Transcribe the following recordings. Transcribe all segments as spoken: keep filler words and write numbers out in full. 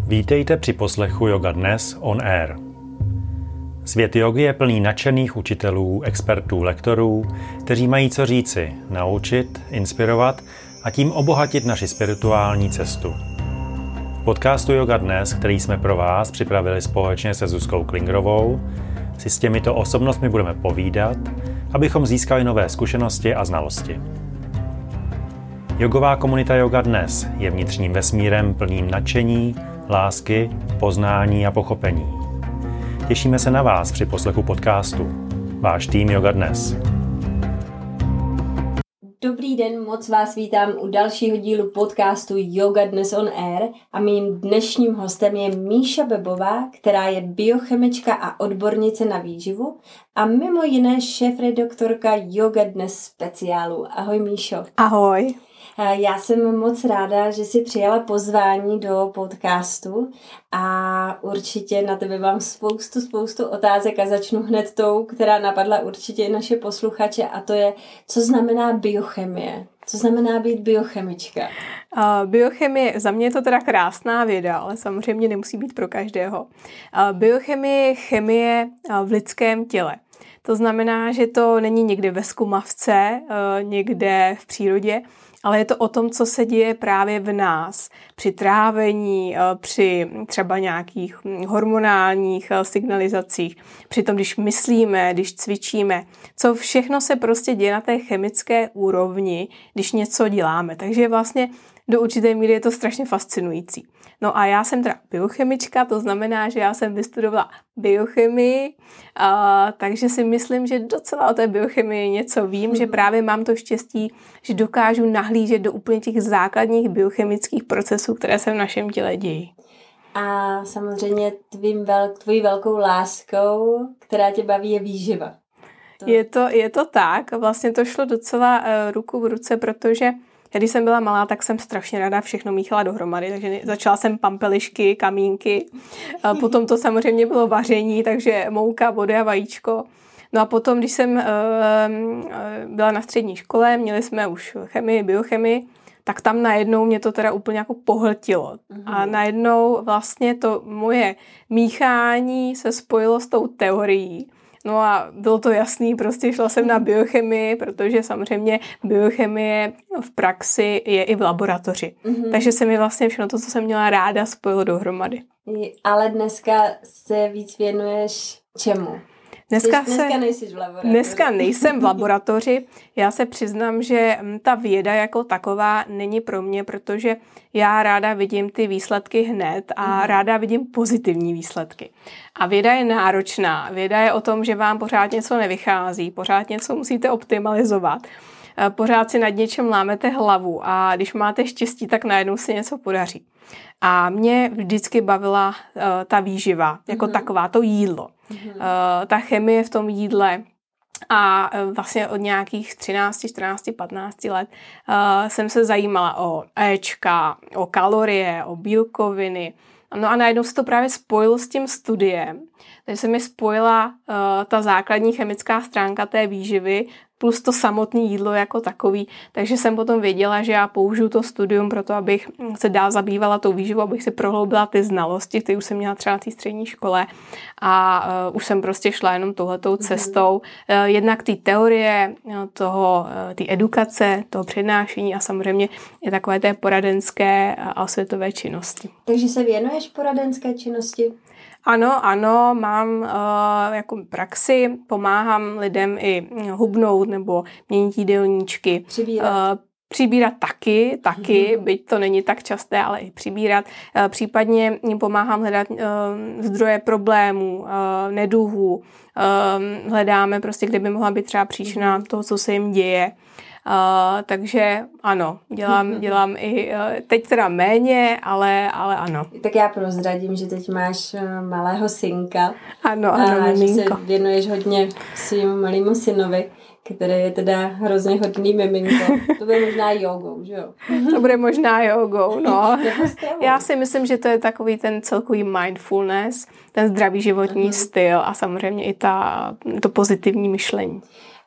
Vítejte při poslechu Yoga Dnes on Air. Svět jogy je plný nadšených učitelů, expertů, lektorů, kteří mají co říci, naučit, inspirovat a tím obohatit naši spirituální cestu. V podcastu Yoga Dnes, který jsme pro vás připravili společně se Zuzkou Klingrovou, si s těmito osobnostmi budeme povídat, abychom získali nové zkušenosti a znalosti. Jogová komunita Yoga Dnes je vnitřním vesmírem plným nadšení, lásky, poznání a pochopení. Těšíme se na vás při poslechu podcastu. Váš tým Yoga Dnes. Dobrý den, moc vás vítám u dalšího dílu podcastu Yoga Dnes on Air a mým dnešním hostem je Míša Bebová, která je biochemička a odbornice na výživu a mimo jiné šéfredaktorka Yoga Dnes speciálu. Ahoj Míšo. Ahoj. Já jsem moc ráda, že jsi přijala pozvání do podcastu a určitě na tebe mám spoustu, spoustu otázek a začnu hned tou, která napadla určitě i naše posluchače, a to je, co znamená biochemie? Co znamená být biochemička? Uh, biochemie, za mě je to teda krásná věda, ale samozřejmě nemusí být pro každého. Uh, biochemie je chemie uh, v lidském těle. To znamená, že to není někde ve zkumavce, uh, někde v přírodě, ale je to o tom, co se děje právě v nás. Při trávení, při třeba nějakých hormonálních signalizacích, při tom, když myslíme, když cvičíme. Co všechno se prostě děje na té chemické úrovni, když něco děláme. Takže vlastně do určité míry je to strašně fascinující. No a já jsem teda biochemička, to znamená, že já jsem vystudovala biochemii, a, takže si myslím, že docela o té biochemii něco vím, mm. že právě mám to štěstí, že dokážu nahlížet do úplně těch základních biochemických procesů, které se v našem těle dějí. A samozřejmě tvým vel, tvojí velkou láskou, která tě baví, je výživa. To... Je, to, je to tak, vlastně to šlo docela uh, ruku v ruce, protože když jsem byla malá, tak jsem strašně ráda všechno míchala dohromady, takže začala jsem pampelišky, kamínky, potom to samozřejmě bylo vaření, takže mouka, voda a vajíčko. No a potom, když jsem byla na střední škole, měli jsme už chemii, biochemii, tak tam najednou mě to teda úplně jako pohltilo. A najednou vlastně to moje míchání se spojilo s tou teorií. No a bylo to jasný, prostě šla jsem na biochemii, protože samozřejmě biochemie v praxi je i v laboratoři. Mm-hmm. Takže se mi vlastně všechno to, co jsem měla ráda, spojilo dohromady. Ale dneska se víc věnuješ čemu? Dneska, Jsi, se, dneska nejsi v laboratoři. Dneska nejsem v laboratoři. Já se přiznám, že ta věda jako taková není pro mě, protože já ráda vidím ty výsledky hned a mm. ráda vidím pozitivní výsledky. A věda je náročná. Věda je o tom, že vám pořád něco nevychází, pořád něco musíte optimalizovat. Pořád si nad něčem lámete hlavu a když máte štěstí, tak najednou se něco podaří. A mě vždycky bavila uh, ta výživa, jako mm-hmm. taková, to jídlo. Mm-hmm. Uh, ta chemie v tom jídle. A uh, vlastně od nějakých třináct, čtrnáct, patnáct let uh, jsem se zajímala o éčka, o kalorie, o bílkoviny. No a najednou se to právě spojilo s tím studiem. Takže se mi spojila uh, ta základní chemická stránka té výživy plus to samotné jídlo jako takový. Takže jsem potom věděla, že já použiju to studium pro to, abych se dál zabývala tou výživou, abych si prohloubila ty znalosti, které už jsem měla třeba na té střední škole. A uh, už jsem prostě šla jenom touhletou cestou. Uh, jednak té teorie, toho, uh, té edukace, toho přednášení a samozřejmě i takové té poradenské a osvětové činnosti. Takže se věnuješ poradenské činnosti? Ano, ano, mám uh, jako praxi, pomáhám lidem i hubnout nebo měnit jídelníčky. Přibírat. Uh, přibírat taky, taky, mm. byť to není tak časté, ale i přibírat. Uh, případně jim pomáhám hledat uh, zdroje problémů, uh, neduhů. Uh, hledáme prostě, kde by mohla být třeba příčina toho, co se jim děje. Uh, takže ano, dělám, dělám i uh, teď teda méně, ale, ale ano. Tak já prozradím, že teď máš uh, malého synka. Ano, ano, a miminko. Že se věnuješ hodně svým malému synovi, který je teda hrozně hodný miminko. To bude možná jogou, že jo? To bude možná jogou, no. Já si myslím, že to je takový ten celkový mindfulness, ten zdravý životní uh-huh. styl a samozřejmě i ta, to pozitivní myšlení.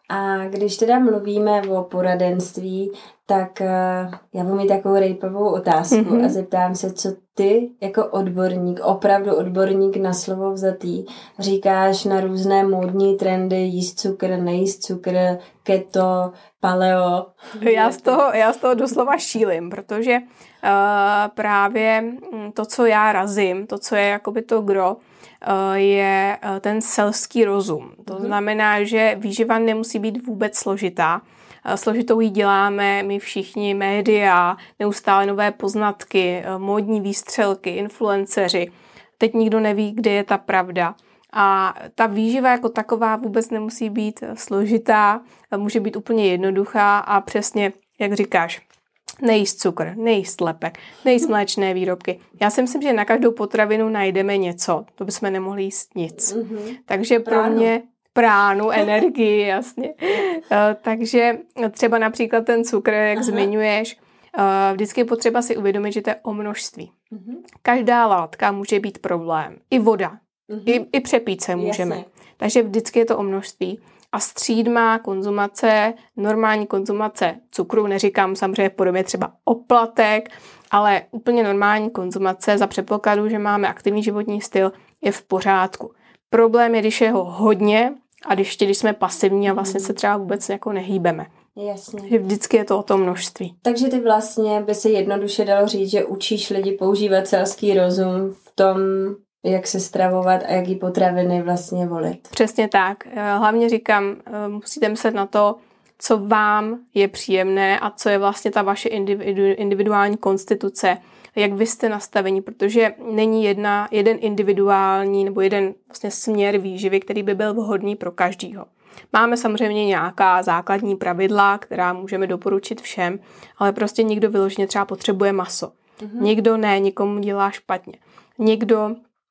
A když teda mluvíme o poradenství, tak já budu mít takovou rejpovou otázku mm-hmm. a zeptám se, co ty jako odborník, opravdu odborník na slovo vzatý, říkáš na různé módní trendy, jíst cukr, nejíst cukr, keto, paleo. Já z toho, já z toho doslova šílim, protože uh, právě to, co já razím, to, co je jakoby to gro, uh, je uh, ten selský rozum. To mm-hmm. znamená, že výživa nemusí být vůbec složitá. Složitou ji děláme my všichni, média, neustále nové poznatky, módní výstřelky, influenceři. Teď nikdo neví, kde je ta pravda. A ta výživa jako taková vůbec nemusí být složitá, může být úplně jednoduchá a přesně, jak říkáš, nejíst cukr, nejíst lepek, nejíst mléčné výrobky. Já si myslím, že na každou potravinu najdeme něco, to bychom nemohli jíst nic. Mm-hmm. Takže pro Práno. mě pránu, energii, jasně. Takže třeba například ten cukr, jak Aha. zmiňuješ, vždycky je potřeba si uvědomit, že to je o množství. Uh-huh. Každá látka může být problém. I voda. Uh-huh. I, i přepít se můžeme. Jasně. Takže vždycky je to o množství. A střídmá konzumace, normální konzumace cukru, neříkám samozřejmě v podobě třeba oplatek, ale úplně normální konzumace za předpokladu, že máme aktivní životní styl, je v pořádku. Problém je, když je ho hodně a když, když jsme pasivní a vlastně se třeba vůbec jako nehýbeme. Jasně. Že vždycky je to o tom množství. Takže ty vlastně by se jednoduše dalo říct, že učíš lidi používat selský rozum v tom, jak se stravovat a jaký potraviny vlastně volit. Přesně tak. Hlavně říkám, musíte myslet na to, co vám je příjemné a co je vlastně ta vaše individu, individuální konstituce, jak vy jste nastavení, protože není jedna, jeden individuální nebo jeden vlastně směr výživy, který by byl vhodný pro každýho. Máme samozřejmě nějaká základní pravidla, která můžeme doporučit všem, ale prostě někdo vyloženě třeba potřebuje maso. Mm-hmm. Někdo ne, někomu dělá špatně. Někdo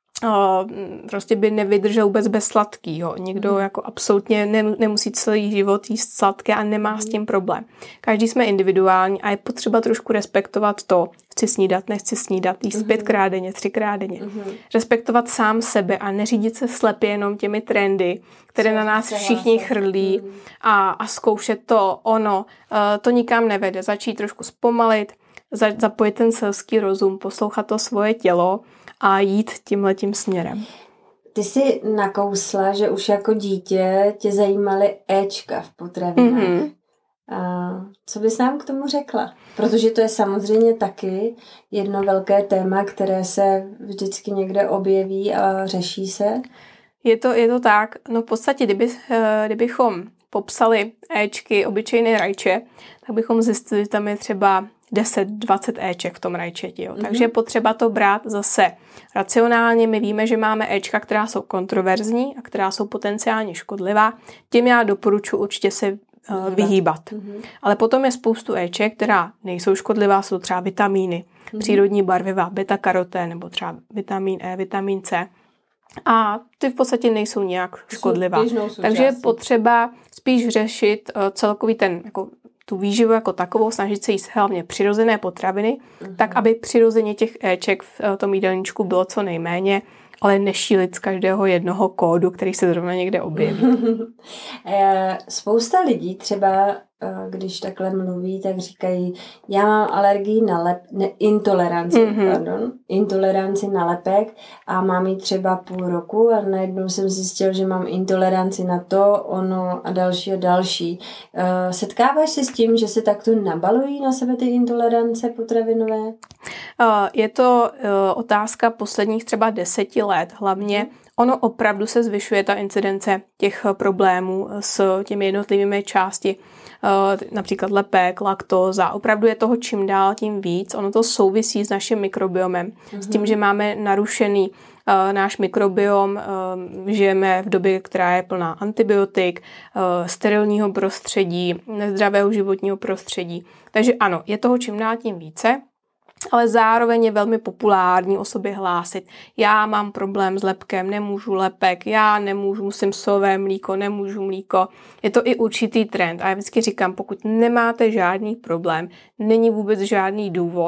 Uh, prostě by nevydržel vůbec bez sladkýho. Někdo mm. jako absolutně ne, nemusí celý život jíst sladké a nemá mm. s tím problém. Každý jsme individuální a je potřeba trošku respektovat to, chci snídat, nechci snídat, jíst mm. pětkrát denně, třikrát denně. Mm. Respektovat sám sebe a neřídit se slepě jenom těmi trendy, které Co na nás všichni chrlí mm. a, a zkoušet to, ono, uh, to nikam nevede. Začít trošku zpomalit, za, zapojit ten selský rozum, poslouchat to svoje tělo a jít tímhletím směrem. Ty jsi nakousla, že už jako dítě tě zajímaly éčka v potravinách. Mm-hmm. A co bys nám k tomu řekla? Protože to je samozřejmě taky jedno velké téma, které se vždycky někde objeví a řeší se. Je to, je to tak. No v podstatě, kdyby, kdybychom popsali éčky, obyčejné rajče, tak bychom zjistili, že tam je třeba deset dvacet éček v tom rajčeti. Jo. Mm-hmm. Takže je potřeba to brát zase racionálně. My víme, že máme éčka, která jsou kontroverzní a která jsou potenciálně škodlivá. Tím já doporučuji určitě se uh, vyhýbat. Mm-hmm. Ale potom je spoustu éček, která nejsou škodlivá, jsou třeba vitamíny, mm-hmm. přírodní barviva, beta-karotén nebo třeba vitamin E, vitamin C. A ty v podstatě nejsou nějak škodlivá. Takže je potřeba spíš řešit uh, celkový ten jako tu výživu jako takovou, snažit se jíst hlavně přirozené potraviny, uh-huh. tak aby přirozeně těch éček v tom jídelníčku bylo co nejméně, ale nešílit z každého jednoho kódu, který se zrovna někde objeví. Spousta lidí třeba, když takhle mluví, tak říkají, já mám alergii na lep, ne, intoleranci, mm-hmm. pardon, intoleranci na lepek a mám ji třeba půl roku a najednou jsem zjistil, že mám intoleranci na to, ono a další a další. Setkáváš se s tím, že se takto nabalují na sebe ty intolerance potravinové? Je to otázka posledních třeba deseti let, hlavně ono opravdu se zvyšuje ta incidence těch problémů s těmi jednotlivými části, například lepek, laktóza. Opravdu je toho čím dál tím víc. Ono to souvisí s naším mikrobiomem, mm-hmm. s tím, že máme narušený uh, náš mikrobiom, uh, žijeme v době, která je plná antibiotik, uh, sterilního prostředí, nezdravého životního prostředí. Takže ano, je toho čím dál tím více. Ale zároveň je velmi populární o sobě hlásit. Já mám problém s lepkem, nemůžu lepek, já nemůžu, musím sojové mlíko, nemůžu mlíko. Je to i určitý trend. A já vždycky říkám, pokud nemáte žádný problém, není vůbec žádný důvod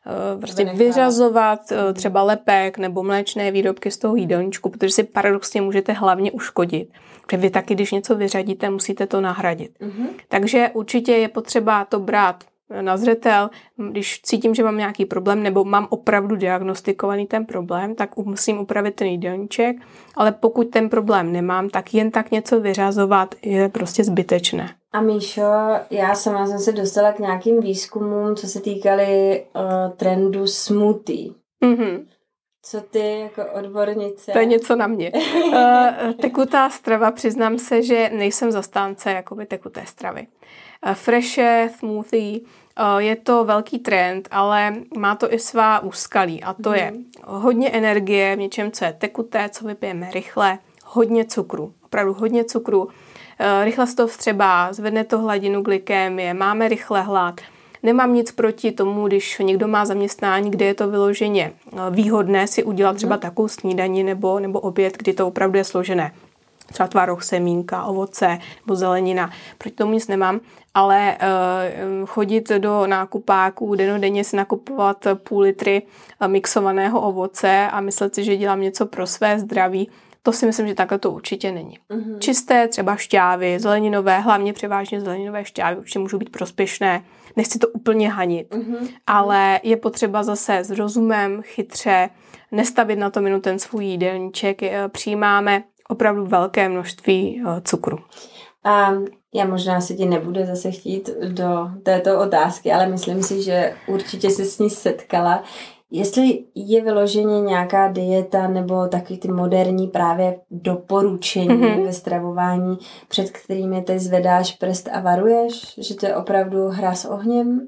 prostě vyřazovat třeba lepek nebo mléčné výrobky z toho jídelníčku, protože si paradoxně můžete hlavně uškodit. Protože vy taky, když něco vyřadíte, musíte to nahradit. Mm-hmm. Takže určitě je potřeba to brát na zřetel, když cítím, že mám nějaký problém nebo mám opravdu diagnostikovaný ten problém, tak musím upravit ten jídelníček, ale pokud ten problém nemám, tak jen tak něco vyřazovat je prostě zbytečné. A Míšo, já sama jsem se dostala k nějakým výzkumům, co se týkaly uh, trendu smoothie. Mm-hmm. Co ty jako odbornice? To je něco na mě. Uh, tekutá strava, přiznám se, že nejsem zastánce jakoby tekuté stravy. Uh, freshe, smoothie, uh, je to velký trend, ale má to i svá úskalí. A to mm. je hodně energie v něčem, co je tekuté, co vypijeme rychle, hodně cukru, opravdu hodně cukru. Uh, rychle se to vstřebá, zvedne to hladinu glykémie, máme rychle hlad. Nemám nic proti tomu, když někdo má zaměstnání, kde je to vyloženě výhodné si udělat třeba takovou snídani nebo, nebo oběd, kdy to opravdu je složené. Třeba tvaroh, semínka, ovoce nebo zelenina. Proti tomu nic nemám, ale uh, chodit do nákupáků, denodenně si nakupovat půl litry mixovaného ovoce a myslet si, že dělám něco pro své zdraví, to si myslím, že takhle to určitě není. Mm-hmm. Čisté třeba šťávy, zeleninové, hlavně převážně zeleninové šťávy určitě můžou být prospěšné. Nechci to úplně hanit, mm-hmm. ale je potřeba zase s rozumem, chytře, nestavit na to minu ten svůj jídelníček. Přijímáme opravdu velké množství cukru. A já možná se ti nebudu zase chtít do této otázky, ale myslím si, že určitě se s ní setkala. Jestli je vyloženě nějaká dieta nebo takový ty moderní právě doporučení mm-hmm. ve stravování, před kterými ty zvedáš prst a varuješ, že to je opravdu hra s ohněm?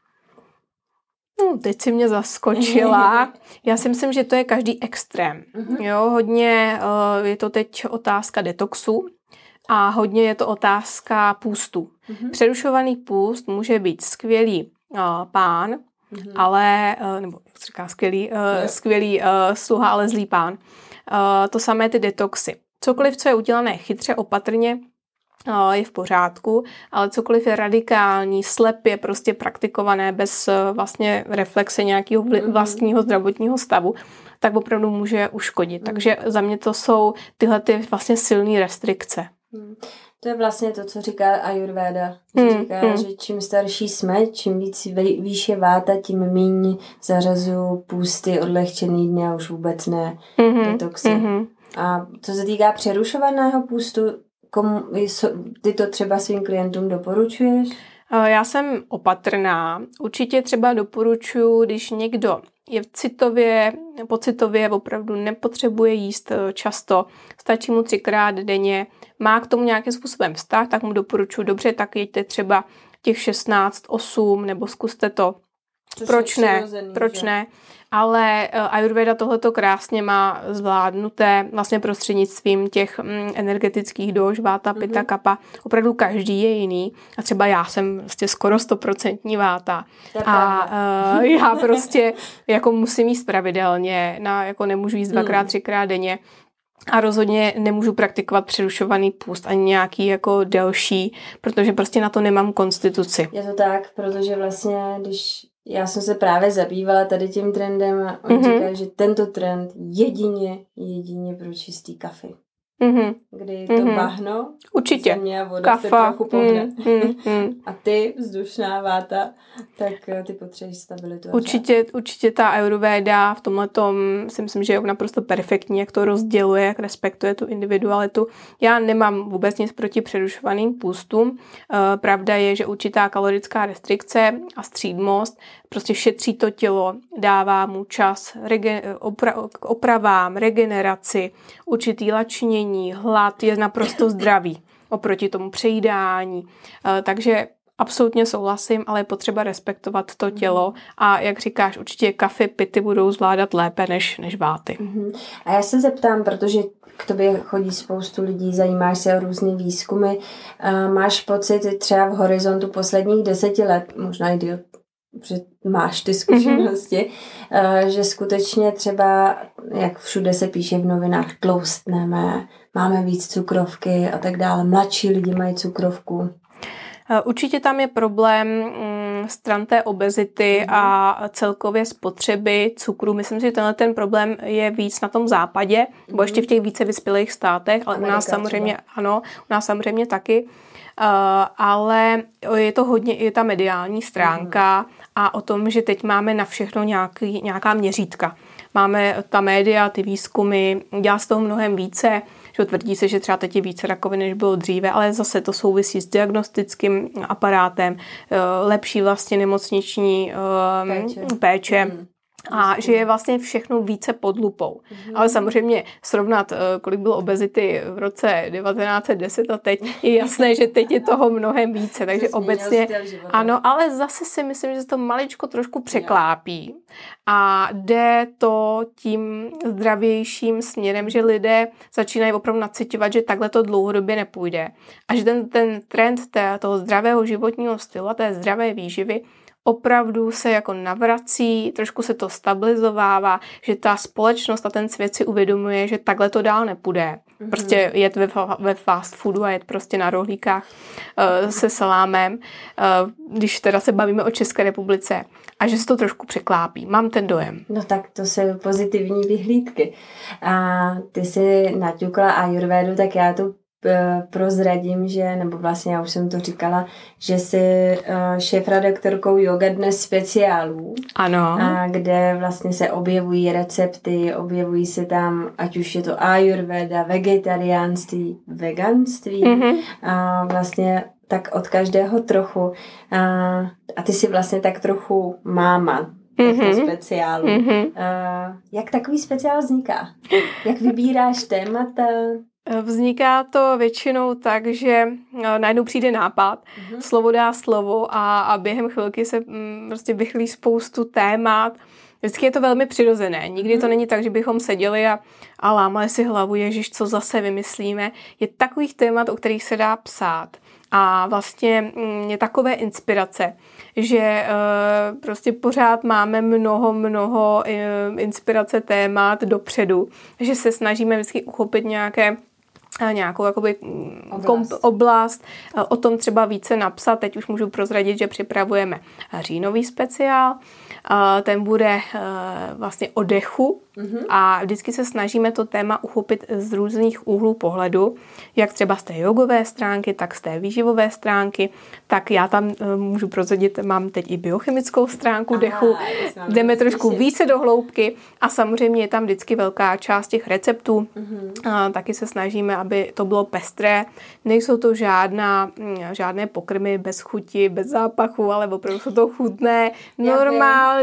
No, teď si mě zaskočila. Já si myslím, že to je každý extrém. Mm-hmm. Jo, hodně uh, je to teď otázka detoxu a hodně je to otázka půstu. Mm-hmm. Přerušovaný půst může být skvělý uh, pán, Mm-hmm. ale, nebo jak se říká, skvělý, uh, skvělý uh, sluha, ale zlý pán. Uh, to samé ty detoxy. Cokoliv, co je udělané chytře, opatrně, uh, je v pořádku, ale cokoliv je radikální, slepě prostě praktikované, bez uh, vlastně reflexe nějakého vli- vlastního zdravotního stavu, tak opravdu může uškodit. Mm-hmm. Takže za mě to jsou tyhle ty vlastně silné restrikce. Mm. To je vlastně to, co říká Ayurveda. Hmm, říká, hmm. že čím starší jsme, čím víc výš je váta, tím míň zařazuju půsty, odlehčený dny a už vůbec ne mm-hmm, detoxy. Mm-hmm. A co se týká přerušovaného půstu, komu, ty to třeba svým klientům doporučuješ? Já jsem opatrná. Určitě třeba doporučuji, když někdo je citově, pocitově opravdu nepotřebuje jíst často, stačí mu třikrát denně, má k tomu nějakým způsobem vztah, tak mu doporučuji, dobře, tak jeďte třeba těch šestnáct, osm, nebo zkuste to. Což Proč ne? Proč že? ne? Ale Ayurveda tohleto krásně má zvládnuté vlastně prostřednictvím těch mm, energetických dóš, váta, pita, mm-hmm. kapha. Opravdu každý je jiný. A třeba já jsem prostě skoro stoprocentní váta. A uh, já prostě jako musím jíst pravidelně, na, jako nemůžu jíst dvakrát, mm. třikrát denně. A rozhodně nemůžu praktikovat přerušovaný půst ani nějaký jako delší, protože prostě na to nemám konstituci. Je to tak, protože vlastně, když já jsem se právě zabývala tady tím trendem a on mm-hmm. říká, že tento trend jedině, jedině pro čistý kafy. Mm-hmm. Kdy to mm-hmm. bahno, určitě. Země a voda se trochu pohne. Mm-hmm. A ty, vzdušná váta, tak ty potřebuješ stabilitu. Určitě, určitě ta Ayurveda v tomhletom si myslím, že je naprosto perfektní, jak to rozděluje, jak respektuje tu individualitu. Já nemám vůbec nic proti přerušovaným půstům. Pravda je, že určitá kalorická restrikce a střídmost prostě šetří to tělo, dává mu čas rege- opra- k opravám, regeneraci, určitý lačnění, hlad je naprosto zdravý oproti tomu přejídání. Takže absolutně souhlasím, ale je potřeba respektovat to tělo a jak říkáš, určitě kafy, pity budou zvládat lépe než, než váty. Uh-huh. A já se zeptám, protože k tobě chodí spoustu lidí, zajímáš se o různé výzkumy, uh, máš pocit třeba v horizontu posledních deseti let, možná i díl, že máš ty zkušenosti, mm-hmm. uh, že skutečně třeba, jak všude se píše v novinách, tloustneme, máme víc cukrovky a tak dále, mladší lidi mají cukrovku. Určitě tam je problém stran té obezity mm. a celkově spotřeby cukru. Myslím si, že tenhle ten problém je víc na tom západě, mm. nebo ještě v těch více vyspělých státech, ale Amerika, u nás samozřejmě, třeba. ano, u nás samozřejmě taky. Uh, ale je to hodně i ta mediální stránka mm. a o tom, že teď máme na všechno nějaký, nějaká měřítka. Máme ta média, ty výzkumy, dělá se toho mnohem více, že tvrdí se, že třeba teď je více rakovin, než bylo dříve, ale zase to souvisí s diagnostickým aparátem, lepší vlastně nemocniční péče. péče. Mm. A že je vlastně všechno více pod lupou. Mm. Ale samozřejmě srovnat, kolik bylo obezity v roce devatenáct set deset a teď, je jasné, že teď je toho mnohem více. Takže obecně ano, ale zase si myslím, že se to maličko trošku překlápí. A jde to tím zdravějším směrem, že lidé začínají opravdu nacitovat, že takhle to dlouhodobě nepůjde. A že ten, ten trend té, toho zdravého životního stylu a té zdravé výživy opravdu se jako navrací, trošku se to stabilizovává, že ta společnost a ten svět si uvědomuje, že takhle to dál nepůjde. Mm-hmm. Prostě jet ve, ve fast foodu a jet prostě na rohlíkách uh, se salámem, uh, když teda se bavíme o České republice. A že se to trošku překlápí. Mám ten dojem. No tak to jsou pozitivní vyhlídky. A ty jsi naťukla ayurvédu, tak já tu prozradím, že, nebo vlastně já už jsem to říkala, že jsi šéfredaktorkou Yoga Dnes speciálů. Ano. A kde vlastně se objevují recepty, objevují se tam, ať už je to ayurveda, vegetariánství, veganství, mm-hmm. a vlastně tak od každého trochu. A, a ty jsi vlastně tak trochu máma těchto mm-hmm. speciálů. Mm-hmm. A, jak takový speciál vzniká? Jak vybíráš témata? Vzniká to většinou tak, že najednou přijde nápad, mm-hmm. slovo dá slovo a, a během chvilky se mm, prostě vychlí spoustu témat. Vždycky je to velmi přirozené. Nikdy mm-hmm. to není tak, že bychom seděli a, a lámali si hlavu, ježiš, co zase vymyslíme. Je takových témat, o kterých se dá psát. A vlastně je takové inspirace, že e, prostě pořád máme mnoho, mnoho e, inspirace témat dopředu, že se snažíme vždycky uchopit nějaké nějakou jakoby oblast. Kom, oblast, o tom třeba více napsat. Teď už můžu prozradit, že připravujeme říjnový speciál. Ten bude vlastně o dechu mm-hmm. a vždycky se snažíme to téma uchopit z různých úhlů pohledu, jak třeba z té jogové stránky, tak z té výživové stránky. Tak já tam můžu prozradit, mám teď i biochemickou stránku Aha, dechu, jdeme trošku slyšet. více do hloubky a samozřejmě je tam vždycky velká část těch receptů. Mm-hmm. A taky se snažíme, aby to bylo pestré. Nejsou to žádná, žádné pokrmy bez chuti, bez zápachu, ale opravdu jsou to chutné, normální.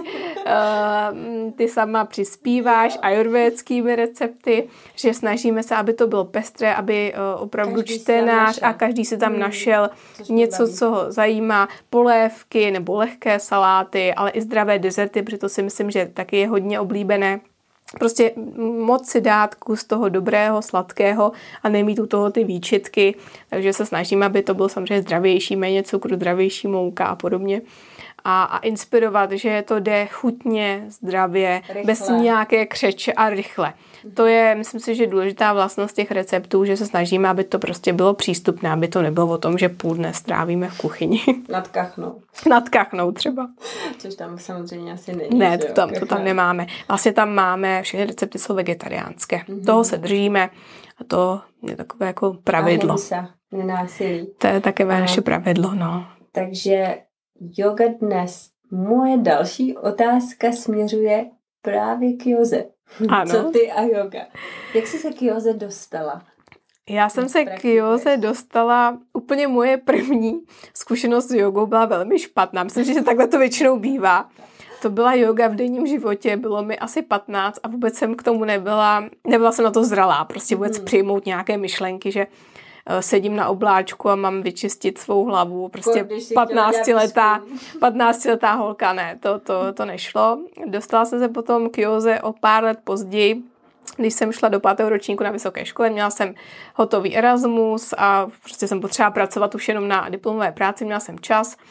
Ty sama přispíváš ayurvédskými recepty, že snažíme se, aby to bylo pestré, aby opravdu každý čtenář a každý si tam hmm. našel něco, co ho zajímá, polévky nebo lehké saláty, ale i zdravé dezerty, protože to si myslím, že taky je hodně oblíbené. Prostě moc si dát kus toho dobrého, sladkého a nemít u toho ty výčitky, takže se snažíme, aby to bylo samozřejmě zdravější, méně cukru, zdravější mouka a podobně. A, a inspirovat, že to jde chutně, zdravě, rychle. Bez nějaké křeče a rychle. To je, myslím si, že důležitá vlastnost těch receptů, že se snažíme, aby to prostě bylo přístupné, aby to nebylo o tom, že půl dne strávíme v kuchyni. Nadkachnout. Nadkachnout třeba. Což tam samozřejmě asi není. Ne, to tam, to tam nemáme. Vlastně tam máme, všechny recepty jsou vegetariánské. Mm-hmm. Toho se držíme a to je takové jako pravidlo. Ahimsa, nenásilí. To je takové naše pravidlo, no. Takže Yoga Dnes. Moje další otázka směřuje právě k józe. Ano. Co ty a yoga? Jak jsi se k józe dostala? Já jsem se k józe dostala, úplně moje první zkušenost s jogou byla velmi špatná. Myslím, že takhle to většinou bývá. To byla yoga v denním životě, bylo mi asi patnáct a vůbec jsem k tomu nebyla, nebyla jsem na to zralá. Prostě vůbec hmm. přijmout nějaké myšlenky, že sedím na obláčku a mám vyčistit svou hlavu. Prostě patnáctiletá, patnáctiletá holka, ne, to, to, to nešlo. Dostala jsem se potom k józe o pár let později, když jsem šla do pátého ročníku na vysoké škole, měla jsem hotový Erasmus a prostě jsem potřeba pracovat už jenom na diplomové práci, měla jsem čas.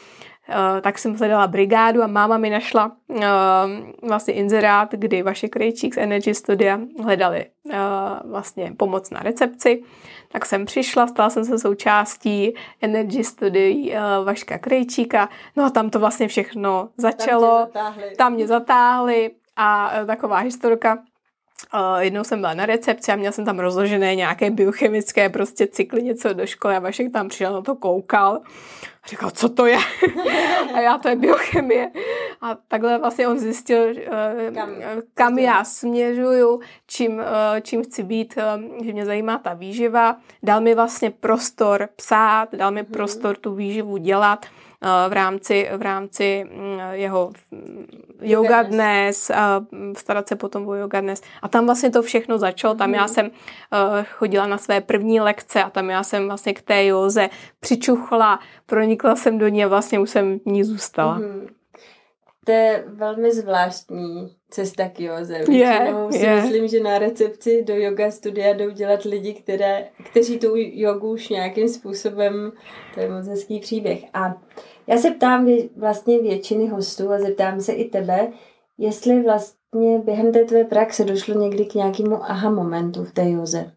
Uh, tak jsem hledala brigádu a máma mi našla uh, vlastně inzerát, kdy Vašek Krejčík z Energy Studia hledali uh, vlastně pomoc na recepci. Tak jsem přišla, stala jsem se součástí Energy Studia uh, Vaška Krejčíka. No a tam to vlastně všechno začalo. Tam, tam mě zatáhli a uh, taková historka. Uh, jednou jsem byla na recepci a měla jsem tam rozložené nějaké biochemické prostě cykly, něco do školy a Vašek tam přišel, na to koukal a říkal, co to je? A já, to je biochemie. A takhle vlastně on zjistil, uh, kam, kam já směřuju, čím, uh, čím chci být, uh, že mě zajímá ta výživa. Dal mi vlastně prostor psát, dal mi hmm. prostor tu výživu dělat v rámci, v rámci jeho Yoga Dnes, starat se potom o Yoga Dnes. A tam vlastně to všechno začalo. Tam já jsem chodila na své první lekce a tam já jsem vlastně k té józe přičuchla, pronikla jsem do ní a vlastně už jsem v ní zůstala. Mm-hmm. To je velmi zvláštní cesta k józe. Většinou si je. myslím, že na recepci do yoga studia jdou dělat lidi, které, kteří tu jogu už nějakým způsobem, to je moc hezký příběh. A já se ptám vlastně většiny hostů a zeptám se i tebe, jestli vlastně během té tvé praxe došlo někdy k nějakému aha momentu v té józe.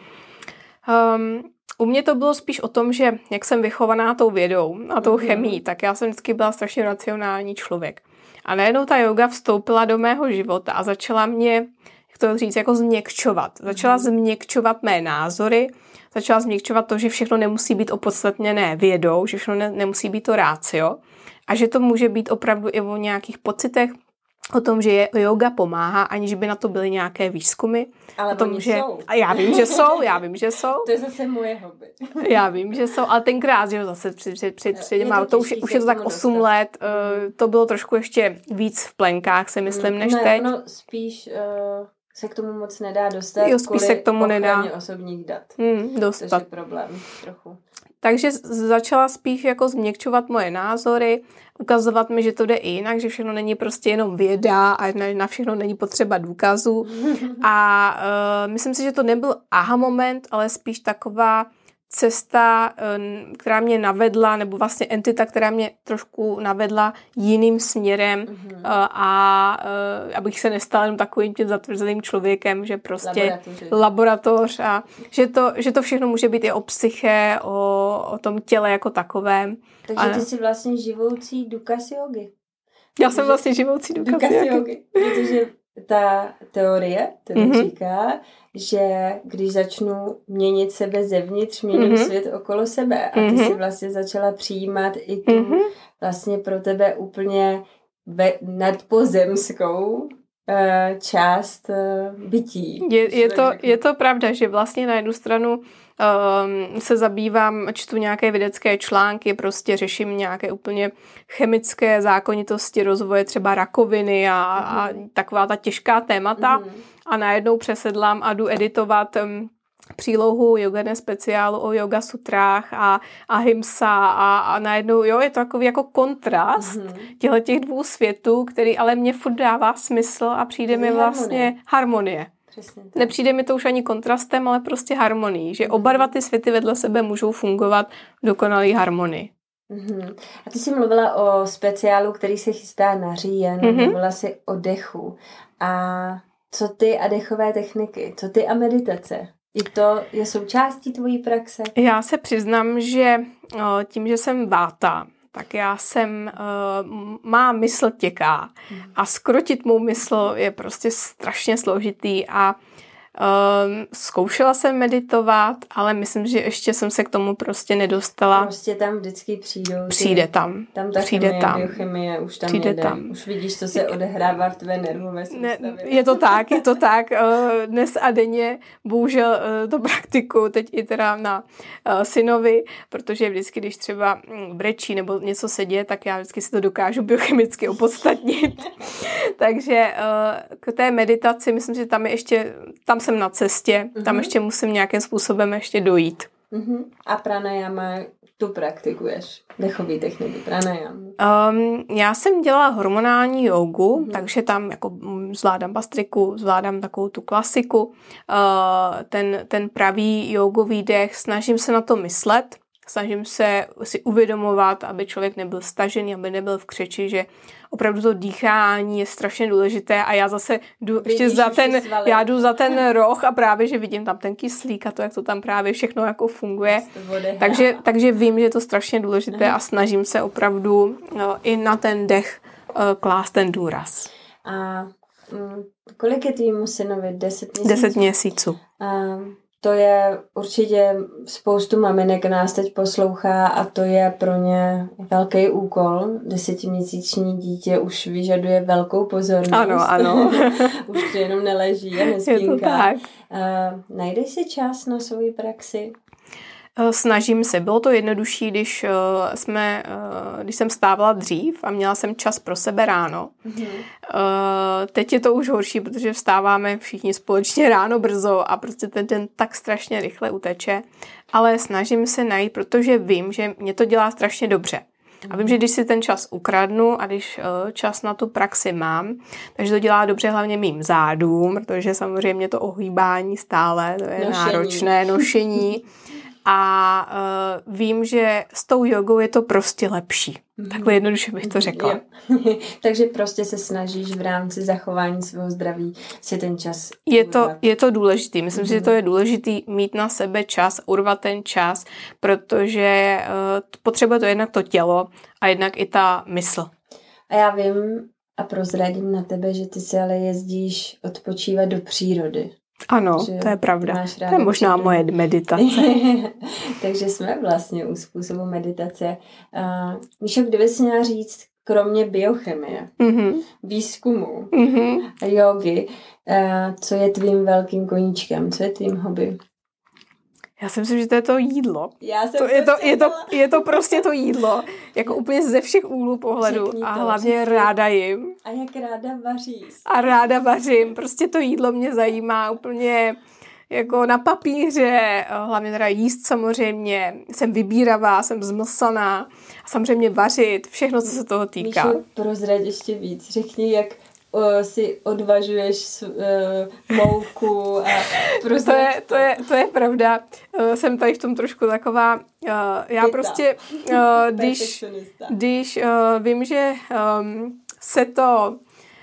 Um, u mě to bylo spíš o tom, že jak jsem vychovaná tou vědou a tou mm-hmm. chemií, tak já jsem vždycky byla strašně racionální člověk. A najednou ta yoga vstoupila do mého života a začala mě, jak to říct, jako změkčovat. Začala změkčovat mé názory, začala změkčovat to, že všechno nemusí být opodstatněné vědou, že všechno ne, nemusí být to rácio a že to může být opravdu i o nějakých pocitech, o tom, že yoga pomáhá, aniž by na to byly nějaké výzkumy. Ale o tom, oni že... jsou. A já vím, že jsou, já vím, že jsou. To je zase moje hobby. Já vím, že jsou, ale tenkrát, že jo, zase před, před, před, před to, to už, už je to tak osm dostat. let, uh, to bylo trošku ještě víc v plenkách, si myslím, mm, než ne, teď. No, spíš uh, se k tomu moc nedá dostat, jo, spíš se k tomu nedá. osobních dat. Mm, dostat. To je problém trochu. Takže začala spíš jako změkčovat moje názory, ukazovat mi, že to jde i jinak, že všechno není prostě jenom věda a na všechno není potřeba důkazů. A uh, myslím si, že to nebyl aha moment, ale spíš taková cesta, uh, která mě navedla, nebo vlastně entita, která mě trošku navedla jiným směrem uh-huh. uh, a uh, abych se nestala jenom takovým tím zatvrzelým člověkem, že prostě laboratoř a že to, že to všechno může být i o psyché, o, o tom těle jako takovém. Takže ty jsi vlastně živoucí důkaz jogy. Já jsem vlastně živoucí důkaz, důkaz jogy. Protože ta teorie ten mm-hmm. říká, že když začnu měnit sebe zevnitř, měním mm-hmm. svět okolo sebe. A ty mm-hmm. si vlastně začala přijímat i tu mm-hmm. vlastně pro tebe úplně ve, nadpozemskou uh, část uh, bytí. Je, je, to, je to pravda, že vlastně na jednu stranu Um, se zabývám, čtu nějaké vědecké články, prostě řeším nějaké úplně chemické zákonitosti rozvoje třeba rakoviny a, mm. a taková ta těžká témata mm. a najednou přesedlám a jdu editovat um, přílohu Yoga Dnes speciálu o yoga sutrách a ahimsa a, a najednou, jo, je to takový jako kontrast mm. těch dvou světů, který ale mě furt dává smysl a přijde mi vlastně harmonie. harmonie. Nepřijde mi to už ani kontrastem, ale prostě harmonií, že oba dva ty světy vedle sebe můžou fungovat v dokonalý harmonii. Mm-hmm. A ty jsi mluvila o speciálu, který se chystá na říjen, mm-hmm. mluvila jsi o dechu. A co ty a dechové techniky? Co ty a meditace? I to je součástí tvojí praxe? Já se přiznám, že tím, že jsem váta, tak já jsem, uh, má mysl těká a skrotit mou mysl je prostě strašně složitý a uh, zkoušela jsem meditovat, ale myslím, že ještě jsem se k tomu prostě nedostala. Prostě tam vždycky přijdou. Přijde tam. Tam ta přijde chemie, tam. biochemie už tam přijde jede. Tam. Už vidíš, co se odehrává v tvé nervové soustavě. Je to tak, je to tak. Dnes a denně bohužel to praktikuju teď i teda na synovi, protože vždycky, když třeba brečí nebo něco se děje, tak já vždycky si to dokážu biochemicky opodstatnit. Takže k té meditaci, myslím, že tam je ještě, tam jsem na cestě, mm-hmm. tam ještě musím nějakým způsobem ještě dojít. Mm-hmm. A pranayama tu praktikuješ? Dechové techniky, pranayama? Um, já jsem dělala hormonální jogu, mm-hmm. takže tam jako zvládám bastriku, zvládám takovou tu klasiku, uh, ten, ten pravý jogový dech, snažím se na to myslet, Snažím se si uvědomovat, aby člověk nebyl stažený, aby nebyl v křeči, že opravdu to dýchání je strašně důležité a já zase jdu ještě za ten, já jdu za ten roh a právě, že vidím tam ten kyslík a to, jak to tam právě všechno jako funguje. Takže, takže vím, že je to strašně důležité a snažím se opravdu no, i na ten dech uh, klást ten důraz. A mm, kolik je tvýmu synovi? Deset měsíců? Deset měsíců. A to je určitě spoustu maminek nás teď poslouchá a to je pro ně velký úkol. Desetiměsíční dítě už vyžaduje velkou pozornost. Ano, ano. Už to jenom neleží a nespínká. Je to tak. Uh, najdeš si čas na svou praxi? Snažím se. Bylo to jednodušší, když, uh, jsme, uh, když jsem stávala dřív a měla jsem čas pro sebe ráno. Mm-hmm. Uh, teď je to už horší, protože vstáváme všichni společně ráno brzo a prostě ten den tak strašně rychle uteče. Ale snažím se najít, protože vím, že mě to dělá strašně dobře. A vím, že když si ten čas ukradnu a když uh, čas na tu praxi mám, takže to dělá dobře hlavně mým zádům, protože samozřejmě to ohýbání stále, to je nošení. náročné nošení. A uh, vím, že s tou jogou je to prostě lepší. Mm-hmm. Takhle jednoduše bych to řekla. Takže prostě se snažíš v rámci zachování svého zdraví si ten čas je to, je to důležitý. Myslím mm-hmm. si, že to je důležitý mít na sebe čas, urvat ten čas, protože uh, potřebuje to jednak to tělo a jednak i ta mysl. A já vím a prozradím na tebe, že ty se ale jezdíš odpočívat do přírody. Ano, že to je pravda. To je možná přírodu. Moje meditace. Takže jsme vlastně u způsobu meditace. Uh, Míšo, kdybys měla říct, kromě biochemie, mm-hmm. výzkumu mm-hmm. a jogy, uh, co je tvým velkým koníčkem, co je tvým hobby? Já si myslím, že to je to jídlo. Já jsem to, je, to, je, to, je to prostě to jídlo. Jako úplně ze všech úhlů pohledu. Řekni a to, hlavně řekni. Ráda jim. A jak ráda vaříš. A ráda vařím. Prostě to jídlo mě zajímá úplně jako na papíře. Hlavně teda jíst samozřejmě. Jsem vybíravá, jsem zmlsaná. A samozřejmě vařit. Všechno, co se toho týká. Míšu, prozrať ještě víc. Řekni, jak si odvažuješ uh, mouku a prostě... To je, to, je, to je pravda. Uh, jsem tady v tom trošku taková... Uh, já Pita. prostě, uh, když, když uh, vím, že um, se to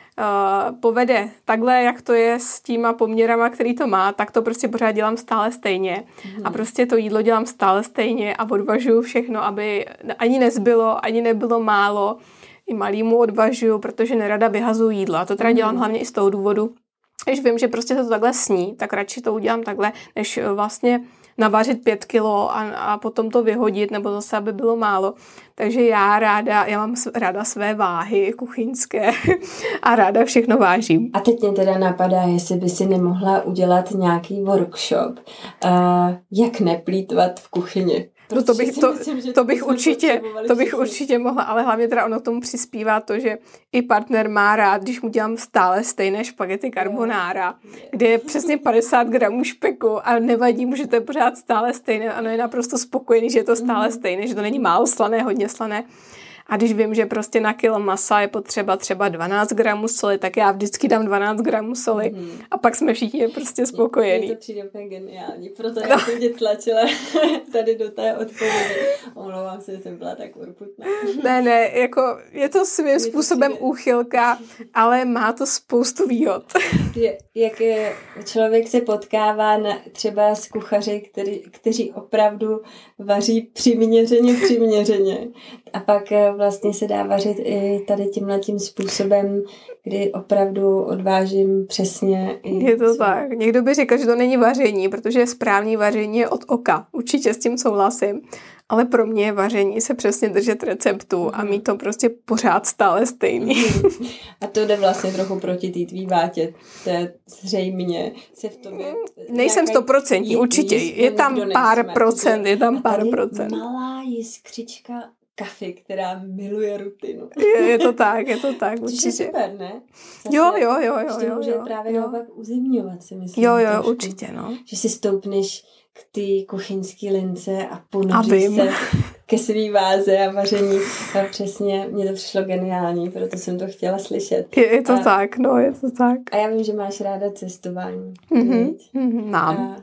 uh, povede takhle, jak to je s těma poměrama, který to má, tak to prostě pořád dělám stále stejně. Hmm. A prostě to jídlo dělám stále stejně a odvažuju všechno, aby ani nezbylo, ani nebylo málo. I malýmu odvažuju, protože nerada vyhazuju jídlo. A to teda dělám mm. hlavně i z toho důvodu, když vím, že prostě se to takhle sní, tak radši to udělám takhle, než vlastně navařit pět kilo a, a potom to vyhodit, nebo zase, aby bylo málo. Takže já ráda, já mám ráda své váhy kuchyňské a ráda všechno vážím. A teď mě teda napadá, jestli by si nemohla udělat nějaký workshop, uh, jak neplýtvat v kuchyni. No to bych, to, myslím, to, to bych určitě, to bych určitě mohla, ale hlavně teda ono tomu přispívá to, že i partner má rád, když mu dělám stále stejné špagety carbonara, kde je přesně padesát gramů špeku a nevadí mu, že to je pořád stále stejné, ano, je naprosto spokojený, že je to stále stejné, že to není málo slané, hodně slané. A když vím, že prostě na kilo masa je potřeba třeba dvanáct gramů soli, tak já vždycky dám dvanáct gramů soli mm. a pak jsme všichni prostě spokojení. Je to přijde úplně geniální, proto já jsem tě tlačila tady do té odpovědi. Omlouvám se, že jsem byla tak urputná. Ne, ne, jako je to svým způsobem přijde... úchylka, ale má to spoustu výhod. Je, jak je, člověk se potkává na, třeba s kuchaři, který, kteří opravdu vaří přiměřeně, přiměřeně. A pak vlastně se dá vařit i tady tímhletím způsobem, kdy opravdu odvážím přesně. I je to tak. Někdo by řekl, že to není vaření, protože správný vaření je od oka. Určitě s tím souhlasím. Ale pro mě je vaření se přesně držet receptu a mít to prostě pořád stále stejný. A to jde vlastně trochu proti té tvý vátě. To je zřejmě se v tobě... Nejsem stoprocentní, určitě. Je tam pár procent, je tam pár procent. Malá jiskřička kafy, která miluje rutinu. Je, je to tak, je to tak, určitě. Což je super, ne? Zase, jo, jo, jo, jo. Že může jo, právě jo. naopak uzemňovat, si myslím. Jo, jo, trošku, určitě, no. Že si stoupneš k té kuchyňské lince a ponoříš se ke svý váze a vaření. A přesně, mně to přišlo geniální, proto jsem to chtěla slyšet. Je, je to a, tak, no, je to tak. A já vím, že máš ráda cestování. Mm-hmm, mm-hmm, mám. A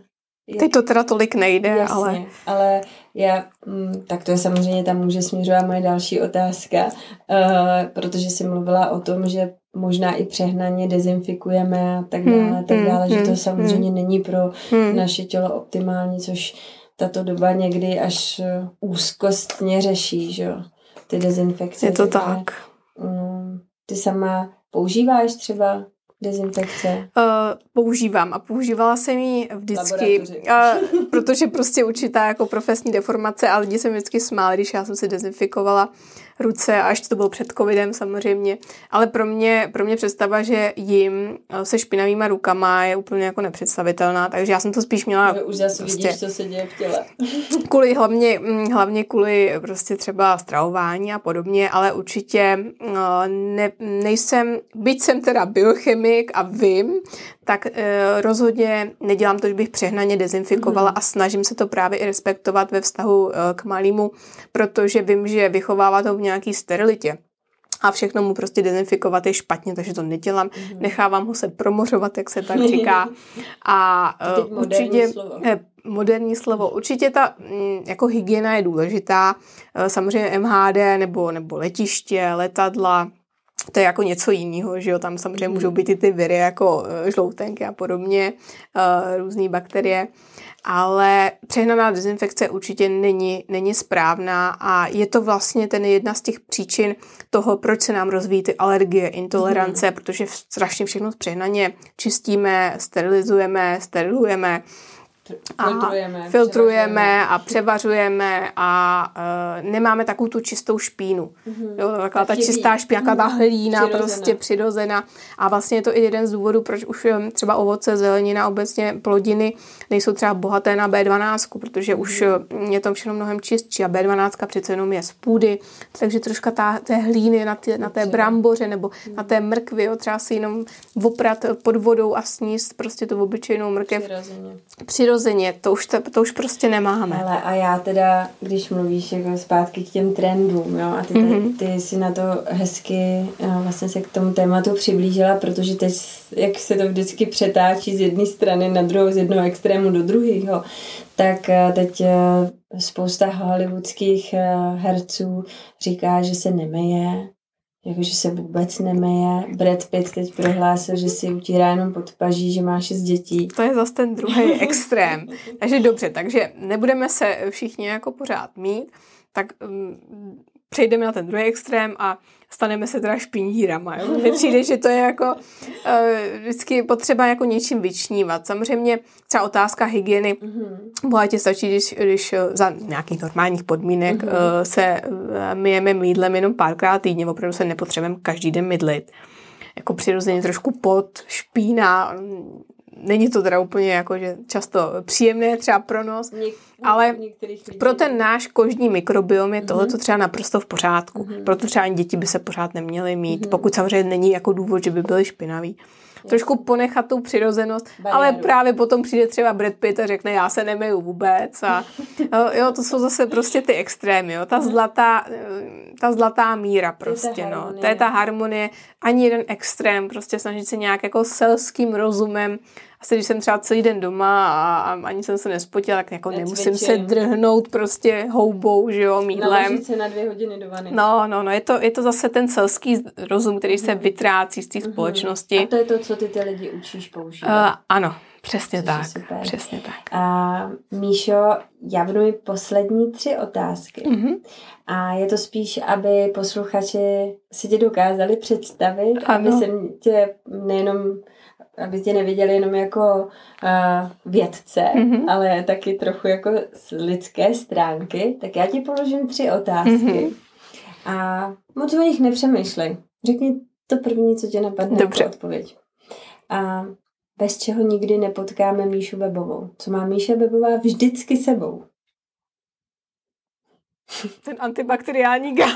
Teď to teda tolik nejde, jasně, ale... ale já, tak to je samozřejmě, tam může směřovat moje další otázka, uh, protože jsi mluvila o tom, že možná i přehnaně dezinfikujeme a tak dále, hmm, tak dále, hmm, že to samozřejmě hmm, není pro hmm. naše tělo optimální, což tato doba někdy až úzkostně řeší, že jo, ty dezinfekce. Je to tak. Um, ty sama používáš třeba dezinfekce? Uh, používám a používala jsem ji vždycky, uh, protože prostě určitá jako profesní deformace a lidi se mi vždycky smáli, když já jsem si dezinfikovala ruce, až to bylo před covidem samozřejmě, ale pro mě, pro mě představa, že jim se špinavýma rukama je úplně jako nepředstavitelná, takže já jsem to spíš měla... Že už zase prostě, vidíš, co se děje v těle. Kvůli, hlavně, hlavně kvůli prostě třeba stravování a podobně, ale určitě ne, nejsem, byť jsem teda biochemik a vím, tak e, rozhodně nedělám to, že bych přehnaně dezinfikovala mm. a snažím se to právě i respektovat ve vztahu e, k malému, protože vím, že vychovává to v nějaký sterilitě a všechno mu prostě dezinfikovat je špatně, takže to nedělám. Mm. Nechávám ho se promořovat, jak se tak říká. A e, určitě... Slovo. E, moderní slovo. Určitě ta m, jako hygiena je důležitá. E, samozřejmě M H D nebo, nebo letiště, letadla, to je jako něco jiného, že jo, tam samozřejmě můžou být i ty viry jako žloutenky a podobně, uh, různé bakterie, ale přehnaná dezinfekce určitě není, není správná a je to vlastně ten jedna z těch příčin toho, proč se nám rozvíjí ty alergie, intolerance, mm. protože strašně všechno přehnaně čistíme, sterilizujeme, sterilujeme, Filtrujeme, a filtrujeme a převařujeme a uh, nemáme takovou tu čistou špínu. Mm-hmm. Jo, taková ta čistá špína, taková ta hlína přirozená. Prostě přirozená. A vlastně je to i jeden z důvodů, proč už třeba ovoce, zelenina, obecně plodiny nejsou třeba bohaté na bé dvanáct, protože mm-hmm. už je to všechno mnohem čistší a bé dvanáct přece jenom je z půdy, takže troška ta, té hlíny na, tě, na té bramboře nebo mm-hmm. na té mrkvi, jo, třeba si jenom oprat pod vodou a sníst prostě tu obyčejnou mrkev. Přirozeně. Přirozeně. To už, to, to už prostě nemáme. Ale a já teda, když mluvíš jako zpátky k těm trendům, jo, a ty, mm-hmm. ty si na to hezky vlastně se k tomu tématu přiblížila, protože teď, jak se to vždycky přetáčí z jedné strany na druhou, z jednoho extrému do druhého, tak teď spousta hollywoodských herců říká, že se nemeje, jakože se vůbec nemeje. Brad Pitt teď prohlásil, že si utírá jenom pod paží, že má šest dětí. To je zase ten druhý extrém. Takže dobře, takže nebudeme se všichni jako pořád mít, tak um, přejdeme na ten druhý extrém a staneme se teda špindírama. Jo? Mně přijde, že to je jako uh, vždycky potřeba jako něčím vyčnívat. Samozřejmě třeba otázka hygieny. Mm-hmm. Bohatě stačí, když, když za nějakých normálních podmínek mm-hmm. uh, se uh, myjeme mýdlem jenom párkrát týdně. Opravdu se nepotřebujeme každý den mydlit. Jako přirozeně trošku pot, špína. Není to teda úplně jako, že často příjemné třeba pro nos, Něk, ale pro ten náš kožní mikrobiom je tohleto třeba naprosto v pořádku. Mm-hmm. Proto třeba ani děti by se pořád neměly mít, mm-hmm. pokud samozřejmě není jako důvod, že by byly špinaví. Trošku ponechat tu přirozenost, Bariéru. Ale právě potom přijde třeba Brad Pitt a řekne, já se nemeju vůbec. A jo, to jsou zase prostě ty extrémy, jo. Ta zlatá, ta zlatá míra prostě, to no. To je ta harmonie. Ani jeden extrém, prostě snažit se nějak jako selským rozumem. Asi když jsem třeba celý den doma a, a ani jsem se nespotila, tak jako nemusím se drhnout prostě houbou, že jo, mýdlem. Naložit se na dvě hodiny do vany. No, no, no, je to, je to zase ten selský rozum, který mm-hmm. se vytrácí z té mm-hmm. společnosti. A to je to, co ty ty lidi učíš používat. Uh, ano, přesně Což tak, přesně tak. A Míšo, já budu mít poslední tři otázky. Mm-hmm. A je to spíš, aby posluchači si tě dokázali představit, ano. aby se tě nejenom aby tě neviděli jenom jako uh, vědce, mm-hmm. ale taky trochu jako z lidské stránky, tak já ti položím tři otázky mm-hmm. a moc o nich nepřemýšlej. Řekni to první, co tě napadne Dobře. jako odpověď. A bez čeho nikdy nepotkáme Míšu Webovou. Co má Míša Webová vždycky sebou? Ten antibakteriální gel.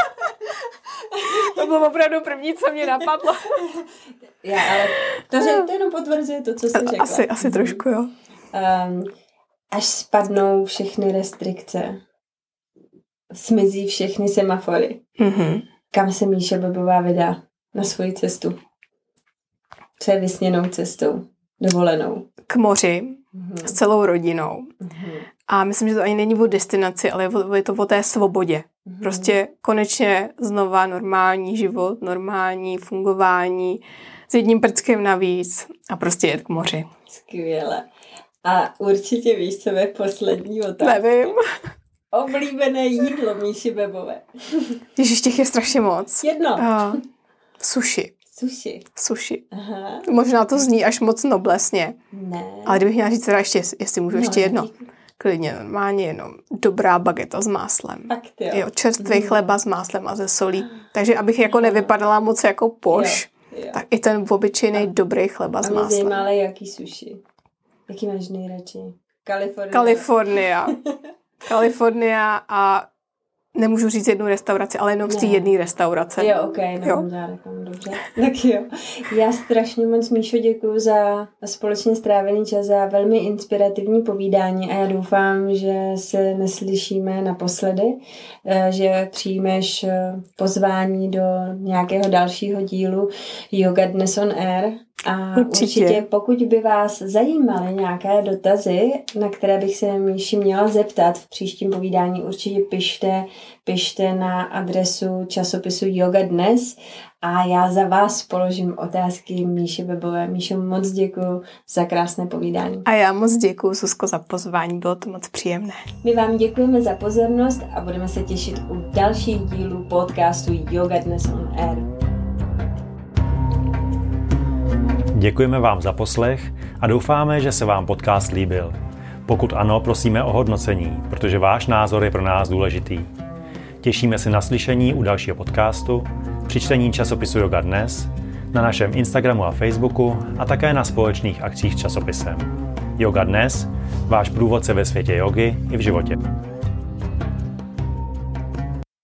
To bylo opravdu první, co mě napadlo. Já, ale to, že to jenom potvrzuje to, co jsi řekla. Asi, asi trošku, jo. Um, až spadnou všechny restrikce, smizí všechny semafory. Mm-hmm. Kam se Míša Webová vydá na svoji cestu? Co je vysněnou cestou? Dovolenou? K moři. mm-hmm. s celou rodinou. Mm-hmm. A myslím, že to ani není o destinaci, ale je to o té svobodě. Mm-hmm. Prostě konečně znova normální život, normální fungování, s jedním prckem navíc a prostě jet k moři. Skvěle. A určitě víš, co je poslední otázka. Nevím. Oblíbené jídlo Míši Bebové. Ježiš, těch je strašně moc. Jedno. Uh, sushi. Sushi. Sushi. Aha. Možná to zní až moc noblesně. Ne. Ale kdybych měla říct teda ještě, jestli můžu no, ještě jedno. Díky. Klidně normálně jenom dobrá bageta s máslem. Fakt jo. Jo, čerstvý mm. chleba s máslem a ze solí. Takže abych jako nevypadala moc jako poš, jo, jo. tak i ten obyčejný dobrý chleba a s máslem. A mě zajímá, ale jaký sushi. Jaký máš nejradši? Kalifornie. Kalifornia. Kalifornia a nemůžu říct jednu restauraci, ale jenom z té jedné restaurace. Jo, ok, nemám žádný, dobře. Tak jo. Já strašně moc, Míšo, děkuju za společně strávený čas, za velmi inspirativní povídání a já doufám, že se neslyšíme naposledy, že přijmeš pozvání do nějakého dalšího dílu Yoga Dnes on Air. A určitě. určitě, pokud by vás zajímaly nějaké dotazy, na které bych se Míši měla zeptat v příštím povídání, určitě pište, pište na adresu časopisu Yoga Dnes a já za vás položím otázky Míši Bebové. Míšo, moc děkuju za krásné povídání. A já moc děkuju, Zuzko, za pozvání, bylo to moc příjemné. My vám děkujeme za pozornost a budeme se těšit u dalších dílů podcastu Yoga Dnes on Air. Děkujeme vám za poslech a doufáme, že se vám podcast líbil. Pokud ano, prosíme o hodnocení, protože váš názor je pro nás důležitý. Těšíme se na slyšení u dalšího podcastu, při čtení časopisu Yoga Dnes, na našem Instagramu a Facebooku a také na společných akcích s časopisem. Yoga Dnes, váš průvodce ve světě jogy i v životě.